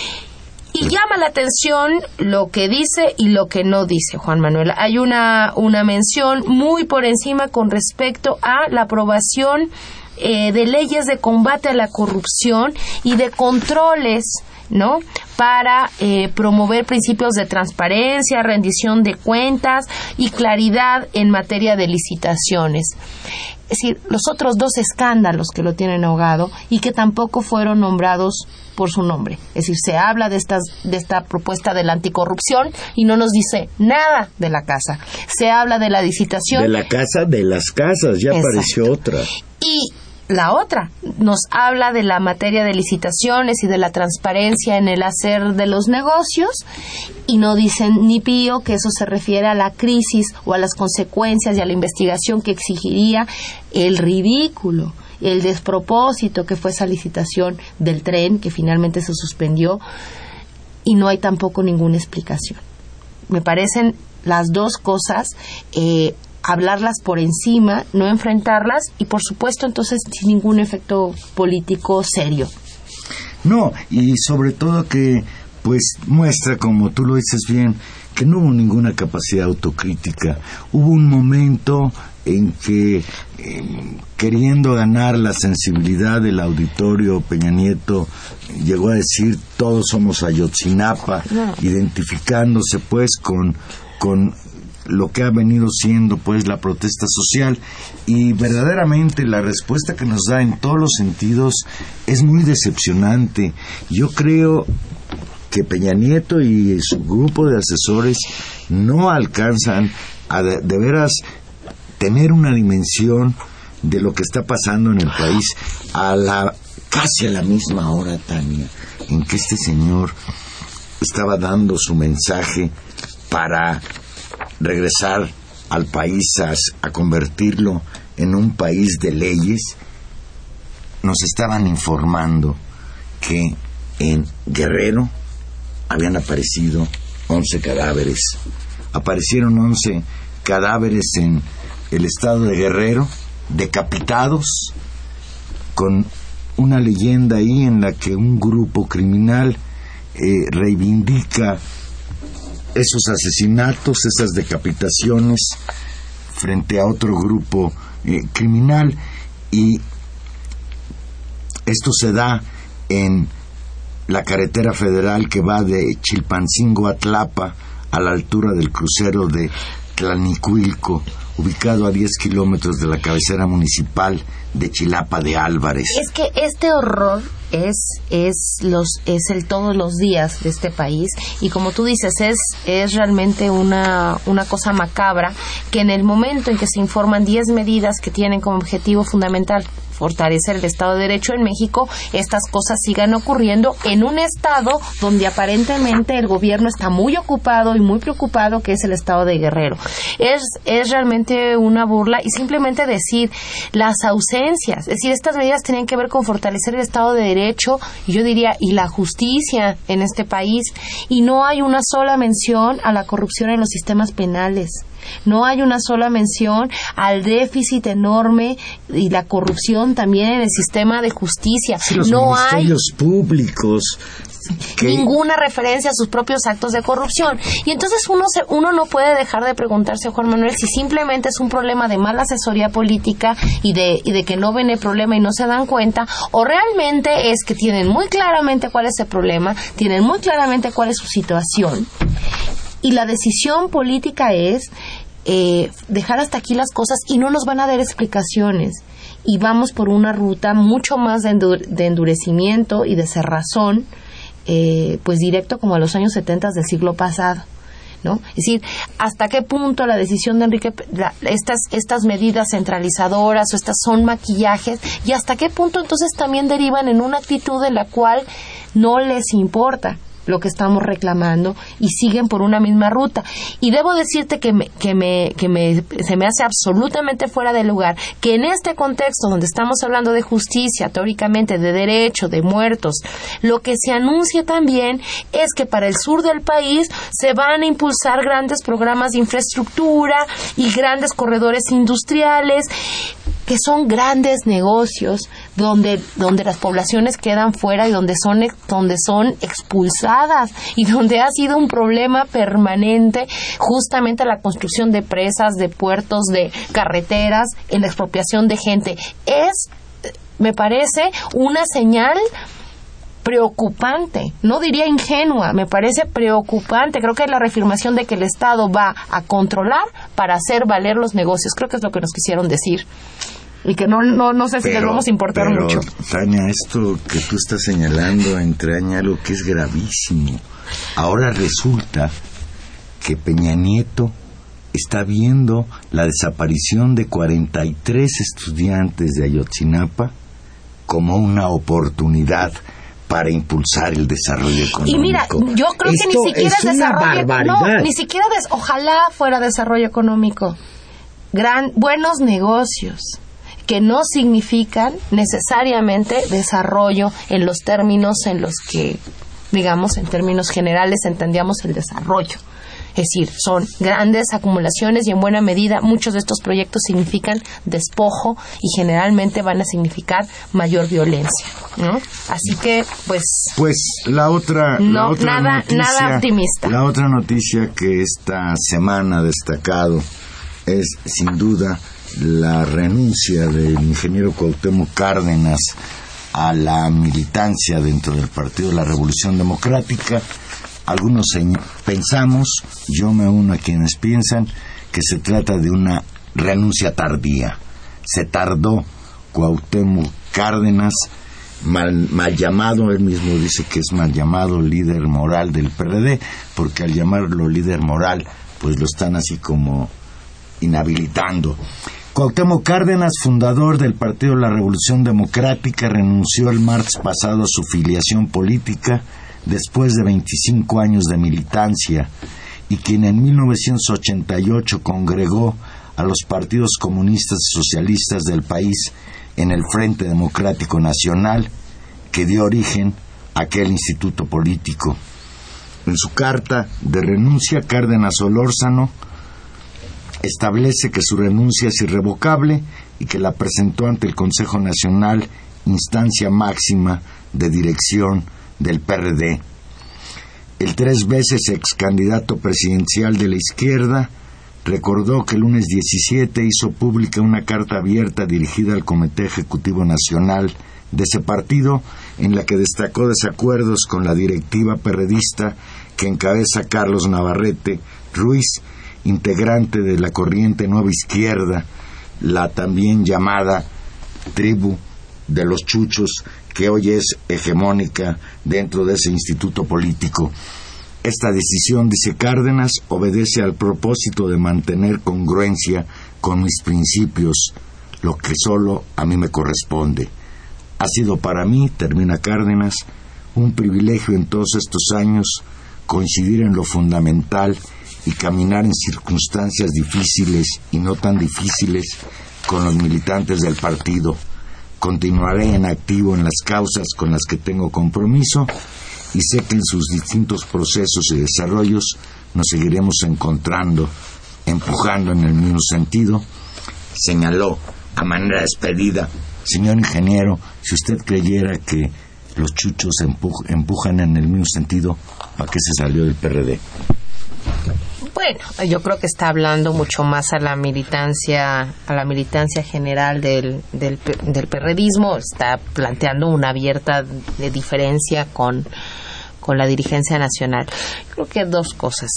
Y llama la atención lo que dice y lo que no dice Juan Manuel. Hay una mención muy por encima con respecto a la aprobación de leyes de combate a la corrupción y de controles, ¿no?, para promover principios de transparencia, rendición de cuentas y claridad en materia de licitaciones. Es decir, los otros dos escándalos que lo tienen ahogado y que tampoco fueron nombrados por su nombre. Es decir, se habla de esta propuesta de la anticorrupción y no nos dice nada de la casa. Se habla de la licitación. De la casa de las casas, ya Exacto. apareció otra. Y la otra nos habla de la materia de licitaciones y de la transparencia en el hacer de los negocios y no dicen ni pío que eso se refiere a la crisis o a las consecuencias y a la investigación que exigiría el ridículo, el despropósito que fue esa licitación del tren que finalmente se suspendió y no hay tampoco ninguna explicación. Me parecen las dos cosas hablarlas por encima, no enfrentarlas y por supuesto entonces sin ningún efecto político serio. No, y sobre todo que pues muestra, como tú lo dices bien, que no hubo ninguna capacidad autocrítica. Hubo un momento en que queriendo ganar la sensibilidad del auditorio, Peña Nieto llegó a decir todos somos Ayotzinapa, identificándose pues con lo que ha venido siendo pues la protesta social, y verdaderamente la respuesta que nos da en todos los sentidos es muy decepcionante. Yo creo que Peña Nieto y su grupo de asesores no alcanzan a de veras tener una dimensión de lo que está pasando en el país casi a la misma hora, Tania, en que este señor estaba dando su mensaje para regresar al país a convertirlo en un país de leyes. Nos estaban informando que en Guerrero habían aparecido 11 cadáveres. Aparecieron 11 cadáveres en el estado de Guerrero, decapitados, con una leyenda ahí en la que un grupo criminal reivindica esos asesinatos, esas decapitaciones frente a otro grupo criminal, y esto se da en la carretera federal que va de Chilpancingo a Tlapa, a la altura del crucero de Tlanicuilco, ubicado a 10 kilómetros de la cabecera municipal de Chilapa de Álvarez. Es que este horror es el todos los días de este país, y como tú dices, es realmente una cosa macabra que en el momento en que se informan 10 medidas que tienen como objetivo fundamental fortalecer el Estado de Derecho en México, estas cosas sigan ocurriendo en un estado donde aparentemente el gobierno está muy ocupado y muy preocupado, que es el estado de Guerrero. Es realmente una burla, y simplemente decir las ausencias, es decir, estas medidas tenían que ver con fortalecer el Estado de Derecho, y yo diría, y la justicia en este país, y no hay una sola mención a la corrupción en los sistemas penales. No hay una sola mención al déficit enorme y la corrupción también en el sistema de justicia. Sí, los no ministerios hay públicos. ninguna referencia a sus propios actos de corrupción. Y entonces uno no puede dejar de preguntarse, Juan Manuel, si simplemente es un problema de mala asesoría política y de que no ven el problema y no se dan cuenta, o realmente es que tienen muy claramente cuál es el problema, tienen muy claramente cuál es su situación. Y la decisión política es dejar hasta aquí las cosas, y no nos van a dar explicaciones. Y vamos por una ruta mucho más de endurecimiento y de cerrazón, pues directo como a los años 70 del siglo pasado, ¿no? Es decir, hasta qué punto la decisión de Enrique, estas medidas centralizadoras o estas son maquillajes, y hasta qué punto entonces también derivan en una actitud en la cual no les importa lo que estamos reclamando y siguen por una misma ruta. Y debo decirte que se me hace absolutamente fuera de lugar que en este contexto donde estamos hablando de justicia, teóricamente de derecho, de muertos, lo que se anuncia también es que para el sur del país se van a impulsar grandes programas de infraestructura y grandes corredores industriales, que son grandes negocios donde las poblaciones quedan fuera y donde son expulsadas, y donde ha sido un problema permanente justamente la construcción de presas, de puertos, de carreteras, en la expropiación de gente. Me parece una señal preocupante, no diría ingenua, me parece preocupante. Creo que es la reafirmación de que el Estado va a controlar para hacer valer los negocios. Creo que es lo que nos quisieron decir, y que no sé si les vamos a importar mucho. Tania, esto que tú estás señalando entraña algo que es gravísimo. Ahora resulta que Peña Nieto está viendo la desaparición de 43 estudiantes de Ayotzinapa como una oportunidad para impulsar el desarrollo económico. Y mira, yo creo que ni siquiera es desarrollo. Barbaridad. Ni siquiera ojalá fuera desarrollo económico. Buenos negocios que no significan necesariamente desarrollo en los términos en los que, digamos, en términos generales entendíamos el desarrollo. Es decir, son grandes acumulaciones, y en buena medida muchos de estos proyectos significan despojo y generalmente van a significar mayor violencia, ¿no? Así que, pues la otra noticia, nada optimista. La otra noticia que esta semana ha destacado es, sin duda, la renuncia del ingeniero Cuauhtémoc Cárdenas a la militancia dentro del Partido de la Revolución Democrática. Algunos pensamos, yo me uno a quienes piensan, que se trata de una renuncia tardía. Se tardó Cuauhtémoc Cárdenas, mal llamado, él mismo dice que es mal llamado líder moral del PRD, porque al llamarlo líder moral, pues lo están así como inhabilitando. Cuauhtémoc Cárdenas, fundador del Partido de la Revolución Democrática, renunció el martes pasado a su filiación política después de 25 años de militancia, y quien en 1988 congregó a los partidos comunistas y socialistas del país en el Frente Democrático Nacional, que dio origen a aquel instituto político. En su carta de renuncia, Cárdenas Solórzano establece que su renuncia es irrevocable y que la presentó ante el Consejo Nacional, instancia máxima de dirección del PRD. El 3 veces ex candidato presidencial de la izquierda recordó que el lunes 17 hizo pública una carta abierta dirigida al Comité Ejecutivo Nacional de ese partido, en la que destacó desacuerdos con la directiva perredista que encabeza Carlos Navarrete Ruiz, integrante de la corriente Nueva Izquierda, la también llamada tribu de los chuchos, que hoy es hegemónica dentro de ese instituto político. Esta decisión, dice Cárdenas, obedece al propósito de mantener congruencia con mis principios, lo que solo a mí me corresponde. Ha sido para mí, termina Cárdenas, un privilegio en todos estos años coincidir en lo fundamental y caminar en circunstancias difíciles y no tan difíciles con los militantes del partido. Continuaré en activo en las causas con las que tengo compromiso y sé que en sus distintos procesos y desarrollos nos seguiremos encontrando, empujando en el mismo sentido. Señaló a manera de despedida: señor ingeniero, si usted creyera que los chuchos empujan en el mismo sentido, ¿para qué se salió del PRD? Bueno, yo creo que está hablando mucho más a la militancia general del perredismo. Está planteando una abierta de diferencia con la dirigencia nacional. Creo que dos cosas.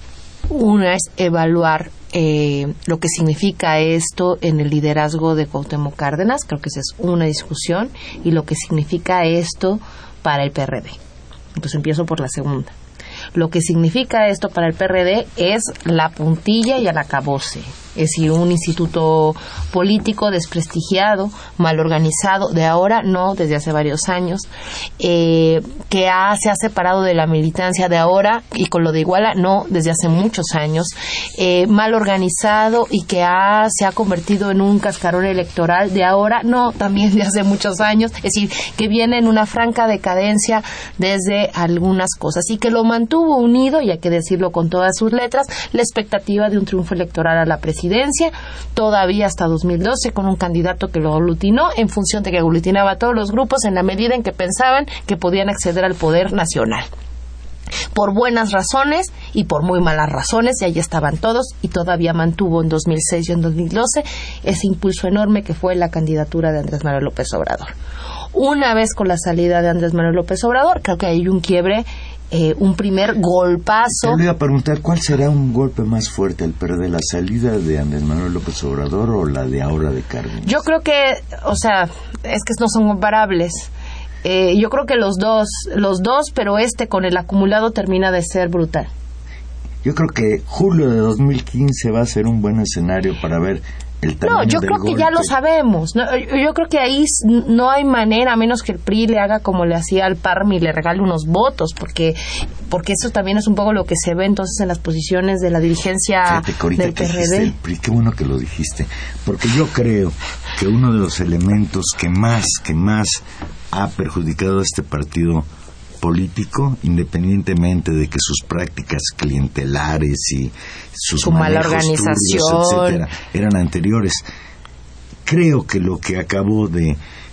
Una es evaluar lo que significa esto en el liderazgo de Cuauhtémoc Cárdenas. Creo que esa es una discusión. Y lo que significa esto para el PRD. Entonces empiezo por la segunda. Lo que significa esto para el PRD es la puntilla y el acabose. Es decir, un instituto político desprestigiado, mal organizado, de ahora no, desde hace varios años, que se ha separado de la militancia de ahora, y con lo de Iguala no, desde hace muchos años, mal organizado y que se ha convertido en un cascarón electoral de ahora no, también de hace muchos años. Es decir, que viene en una franca decadencia desde algunas cosas y que lo mantuvo unido, y hay que decirlo con todas sus letras, la expectativa de un triunfo electoral a la presidencia, todavía hasta 2012, con un candidato que lo aglutinó en función de que aglutinaba a todos los grupos en la medida en que pensaban que podían acceder al poder nacional. Por buenas razones y por muy malas razones, y ahí estaban todos, y todavía mantuvo en 2006 y en 2012 ese impulso enorme que fue la candidatura de Andrés Manuel López Obrador. Una vez con la salida de Andrés Manuel López Obrador, creo que hay un quiebre, un primer golpazo. Yo le iba a preguntar, ¿cuál será un golpe más fuerte al PRD, la salida de Andrés Manuel López Obrador o la de ahora de Cárdenas? Yo creo que, es que no son comparables. Yo creo que los dos, pero con el acumulado termina de ser brutal. Yo creo que julio de 2015 va a ser un buen escenario para ver el tamaño del golpe. No, yo creo que ya lo sabemos. No, yo creo que ahí no hay manera, a menos que el PRI le haga como le hacía al PARM y le regale unos votos, porque eso también es un poco lo que se ve entonces en las posiciones de la dirigencia del PRD. El PRI, qué bueno que lo dijiste, porque yo creo que uno de los elementos que más ha perjudicado a este partido político, independientemente de que sus prácticas clientelares y su mala organización, turbios, etcétera, eran anteriores. Creo que lo que acabó de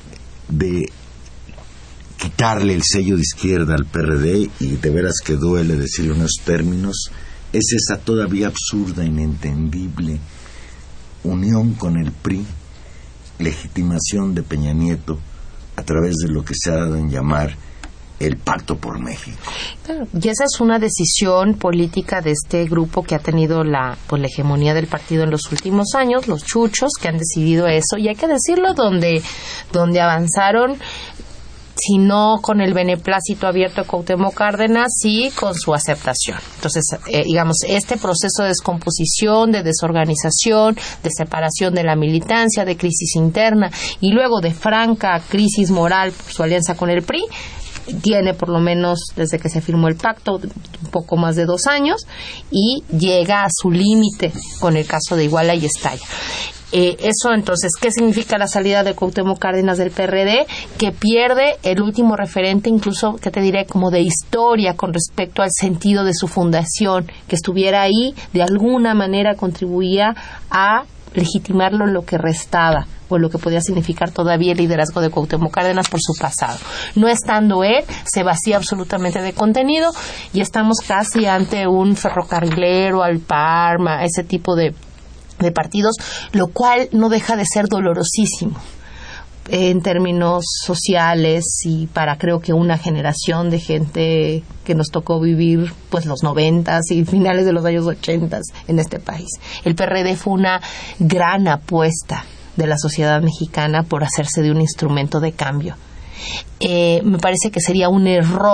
quitarle el sello de izquierda al PRD, y de veras que duele decirlo en esos términos, es esa todavía absurda, inentendible unión con el PRI, legitimación de Peña Nieto a través de lo que se ha dado en llamar el Pacto por México. Claro, y esa es una decisión política de este grupo que ha tenido la hegemonía del partido en los últimos años, los chuchos, que han decidido eso, y hay que decirlo, donde avanzaron, si no con el beneplácito abierto de Cuauhtémoc Cárdenas, sí con su aceptación. Entonces, este proceso de descomposición, de desorganización, de separación de la militancia, de crisis interna y luego de franca crisis moral por su alianza con el PRI, tiene por lo menos desde que se firmó el pacto un poco más de 2 años y llega a su límite con el caso de Iguala y estalla. Eso, entonces, ¿qué significa la salida de Cuauhtémoc Cárdenas del PRD? Que pierde el último referente, incluso, que te diré, como de historia con respecto al sentido de su fundación, que estuviera ahí, de alguna manera contribuía a legitimarlo en lo que restaba, o lo que podía significar todavía el liderazgo de Cuauhtémoc Cárdenas por su pasado. No estando él, se vacía absolutamente de contenido y estamos casi ante un ferrocarrilero, al Parma, ese tipo de partidos, lo cual no deja de ser dolorosísimo en términos sociales y para, creo que, una generación de gente que nos tocó vivir pues los 90s y finales de los años 80s en este país. El PRD fue una gran apuesta de la sociedad mexicana por hacerse de un instrumento de cambio. Me parece que sería un error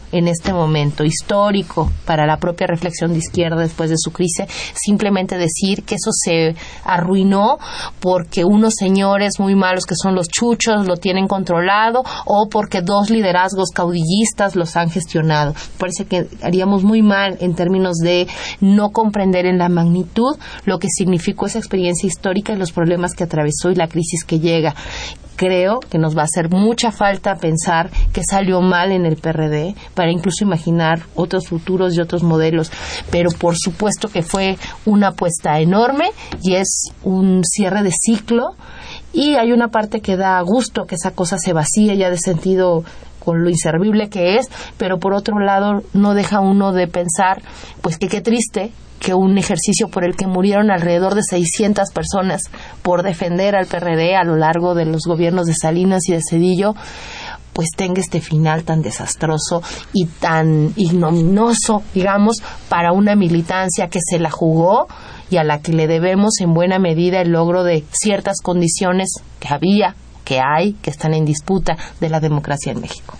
en este momento histórico para la propia reflexión de izquierda después de su crisis, simplemente decir que eso se arruinó porque unos señores muy malos que son los chuchos lo tienen controlado o porque dos liderazgos caudillistas los han gestionado. Parece que haríamos muy mal en términos de no comprender en la magnitud lo que significó esa experiencia histórica y los problemas que atravesó y la crisis que llega. Creo que nos va a hacer mucha falta pensar que salió mal en el PRD para incluso imaginar otros futuros y otros modelos, pero por supuesto que fue una apuesta enorme y es un cierre de ciclo, y hay una parte que da gusto que esa cosa se vacíe ya de sentido con lo inservible que es, pero por otro lado no deja uno de pensar pues que qué triste que un ejercicio por el que murieron alrededor de 600 personas por defender al PRD a lo largo de los gobiernos de Salinas y de Zedillo, pues tenga este final tan desastroso y tan ignominioso, digamos, para una militancia que se la jugó y a la que le debemos en buena medida el logro de ciertas condiciones que había, que hay, que están en disputa de la democracia en México.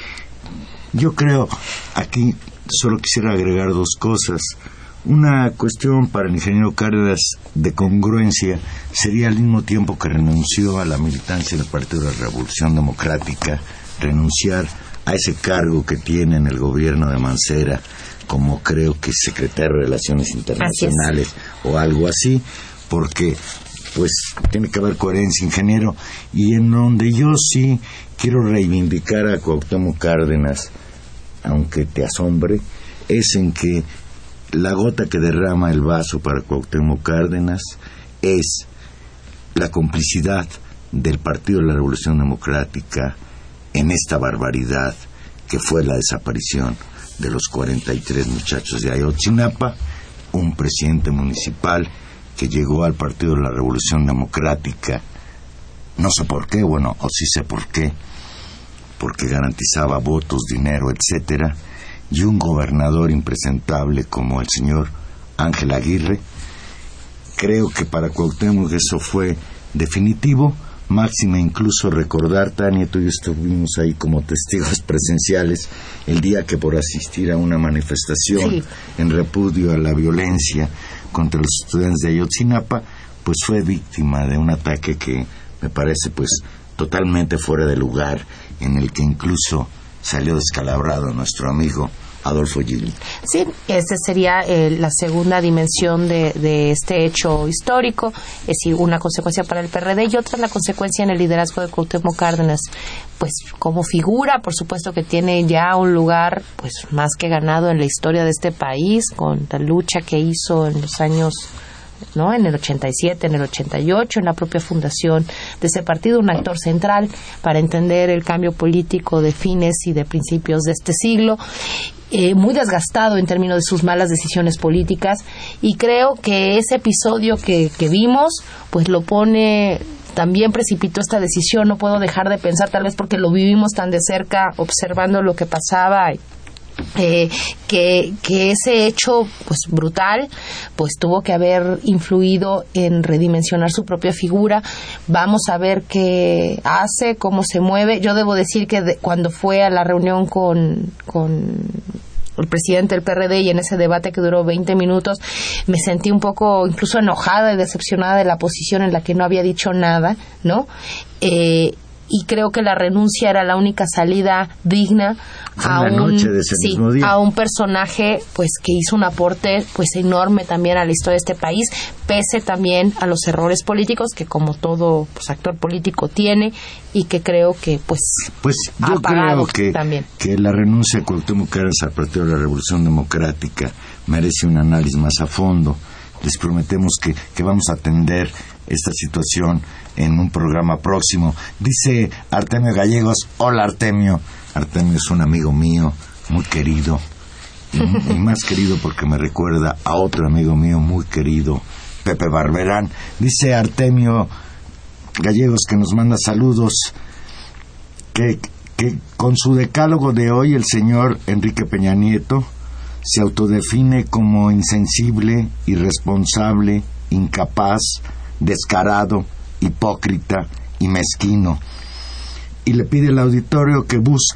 Yo creo, aquí solo quisiera agregar dos cosas. Una cuestión para el ingeniero Cárdenas de congruencia sería al mismo tiempo que renunció a la militancia del Partido de la Revolución Democrática, renunciar a ese cargo que tiene en el gobierno de Mancera, como creo que secretario de Relaciones Internacionales o algo así, porque pues tiene que haber coherencia, ingeniero, y en donde yo sí quiero reivindicar a Cuauhtémoc Cárdenas, aunque te asombre, es en que la gota que derrama el vaso para Cuauhtémoc Cárdenas es la complicidad del Partido de la Revolución Democrática en esta barbaridad que fue la desaparición de los 43 muchachos de Ayotzinapa, un presidente municipal que llegó al Partido de la Revolución Democrática, no sé por qué, bueno, o sí sé por qué, porque garantizaba votos, dinero, etcétera, y un gobernador impresentable como el señor Ángel Aguirre. Creo que para Cuauhtémoc eso fue definitivo, máxima incluso recordar, Tania, tú y yo estuvimos ahí como testigos presenciales el día que por asistir a una manifestación en repudio a la violencia contra los estudiantes de Ayotzinapa, pues fue víctima de un ataque que me parece pues totalmente fuera de lugar, en el que incluso salió descalabrado nuestro amigo Adolfo Gil. Sí, esa sería la segunda dimensión de este hecho histórico, es decir, una consecuencia para el PRD y otra la consecuencia en el liderazgo de Cuauhtémoc Cárdenas, pues como figura, por supuesto que tiene ya un lugar pues más que ganado en la historia de este país, con la lucha que hizo en los años, ¿no?, en el 87, en el 88, en la propia fundación de ese partido, un actor central para entender el cambio político de fines y de principios de este siglo, muy desgastado en términos de sus malas decisiones políticas, y creo que ese episodio que vimos pues lo pone, también precipitó esta decisión. No puedo dejar de pensar, tal vez porque lo vivimos tan de cerca observando lo que pasaba, que ese hecho pues brutal pues tuvo que haber influido en redimensionar su propia figura. Vamos a ver qué hace, cómo se mueve. Yo debo decir que cuando fue a la reunión con el presidente del PRD y en ese debate que duró 20 minutos, me sentí un poco incluso enojada y decepcionada de la posición en la que no había dicho nada, ¿no? Y creo que la renuncia era la única salida digna a un personaje pues que hizo un aporte pues enorme también a la historia de este país, pese también a los errores políticos que como todo pues actor político tiene, y que creo que pues yo creo que también que la renuncia de Cuauhtémoc Cárdenas al Partido de la Revolución Democrática merece un análisis más a fondo. Les prometemos que vamos a atender esta situación en un programa próximo. Dice Artemio Gallegos: hola Artemio. Artemio es un amigo mío muy querido, y más querido porque me recuerda a otro amigo mío muy querido, Pepe Barberán. Dice Artemio Gallegos, que nos manda saludos, que con su decálogo de hoy el señor Enrique Peña Nieto se autodefine como insensible, irresponsable, incapaz, descarado, hipócrita y mezquino, y le pide al auditorio que busque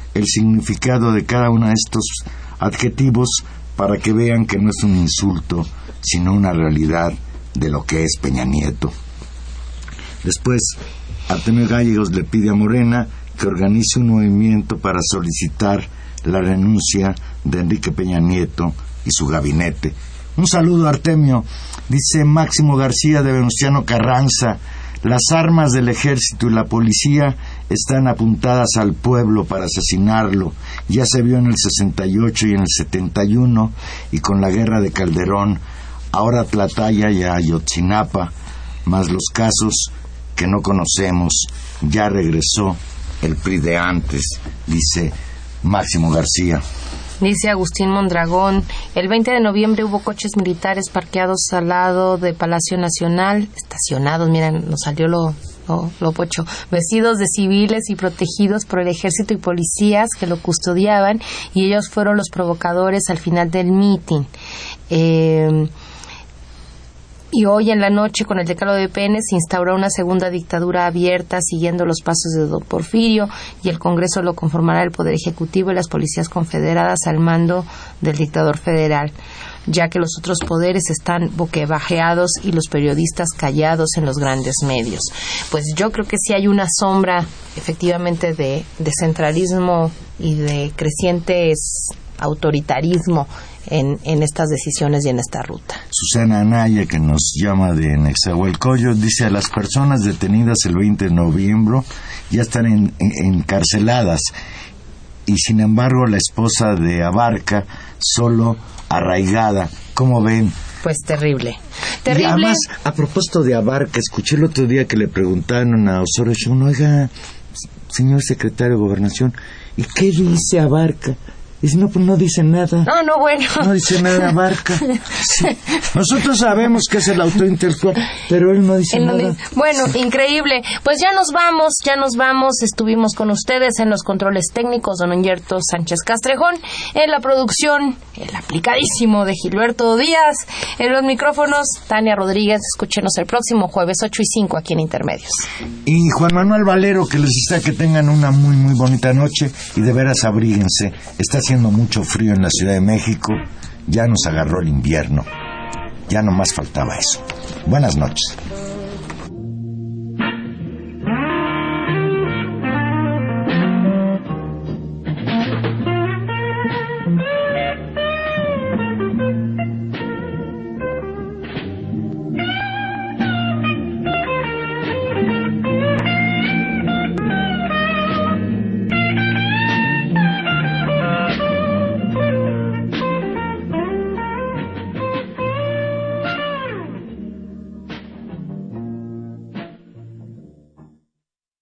el significado de cada uno de estos adjetivos para que vean que no es un insulto, sino una realidad de lo que es Peña Nieto. Después, Artemio Gallegos le pide a Morena que organice un movimiento para solicitar la renuncia de Enrique Peña Nieto y su gabinete. Un saludo, Artemio. Dice Máximo García de Venustiano Carranza: las armas del ejército y la policía están apuntadas al pueblo para asesinarlo. Ya se vio en el 68 y en el 71, y con la guerra de Calderón, ahora Tlatlaya y Ayotzinapa, más los casos que no conocemos. Ya regresó el PRI de antes, dice Máximo García. Dice Agustín Mondragón: el 20 de noviembre hubo coches militares parqueados al lado de Palacio Nacional, estacionados, miren, nos salió lo pocho, vestidos de civiles y protegidos por el ejército y policías que lo custodiaban, y ellos fueron los provocadores al final del mitin. Y hoy en la noche, con el decálogo de Peña, se instauró una segunda dictadura abierta siguiendo los pasos de don Porfirio, y el Congreso lo conformará el Poder Ejecutivo y las policías confederadas al mando del dictador federal, ya que los otros poderes están boquebajeados y los periodistas callados en los grandes medios. Pues yo creo que sí hay una sombra, efectivamente, de centralismo y de crecientes autoritarismo en estas decisiones y en esta ruta. Susana Anaya, que nos llama de Nezahualcóyotl, dice: a las personas detenidas el 20 de noviembre ya están encarceladas, y sin embargo la esposa de Abarca solo arraigada. ¿Cómo ven? Pues terrible. Y además, a propósito de Abarca, escuché el otro día que le preguntaron a Osorio Chong: oiga, señor secretario de Gobernación, ¿y qué dice Abarca? Dice: no, pues no dice nada. No, bueno. No dice nada Abarca. Sí. Nosotros sabemos que es el autor intelectual, pero él no dice nada. Bueno, increíble. Pues ya nos vamos. Estuvimos con ustedes en los controles técnicos, don Humberto Sánchez Castrejón, en la producción, el aplicadísimo de Gilberto Díaz, en los micrófonos, Tania Rodríguez. Escúchenos el próximo jueves 8 y 5 aquí en Intermedios. Y Juan Manuel Valero, que les desea que tengan una muy, muy bonita noche, y de veras abríguense. Está haciendo mucho frío en la Ciudad de México. Ya nos agarró el invierno. Ya nomás faltaba eso. Buenas noches.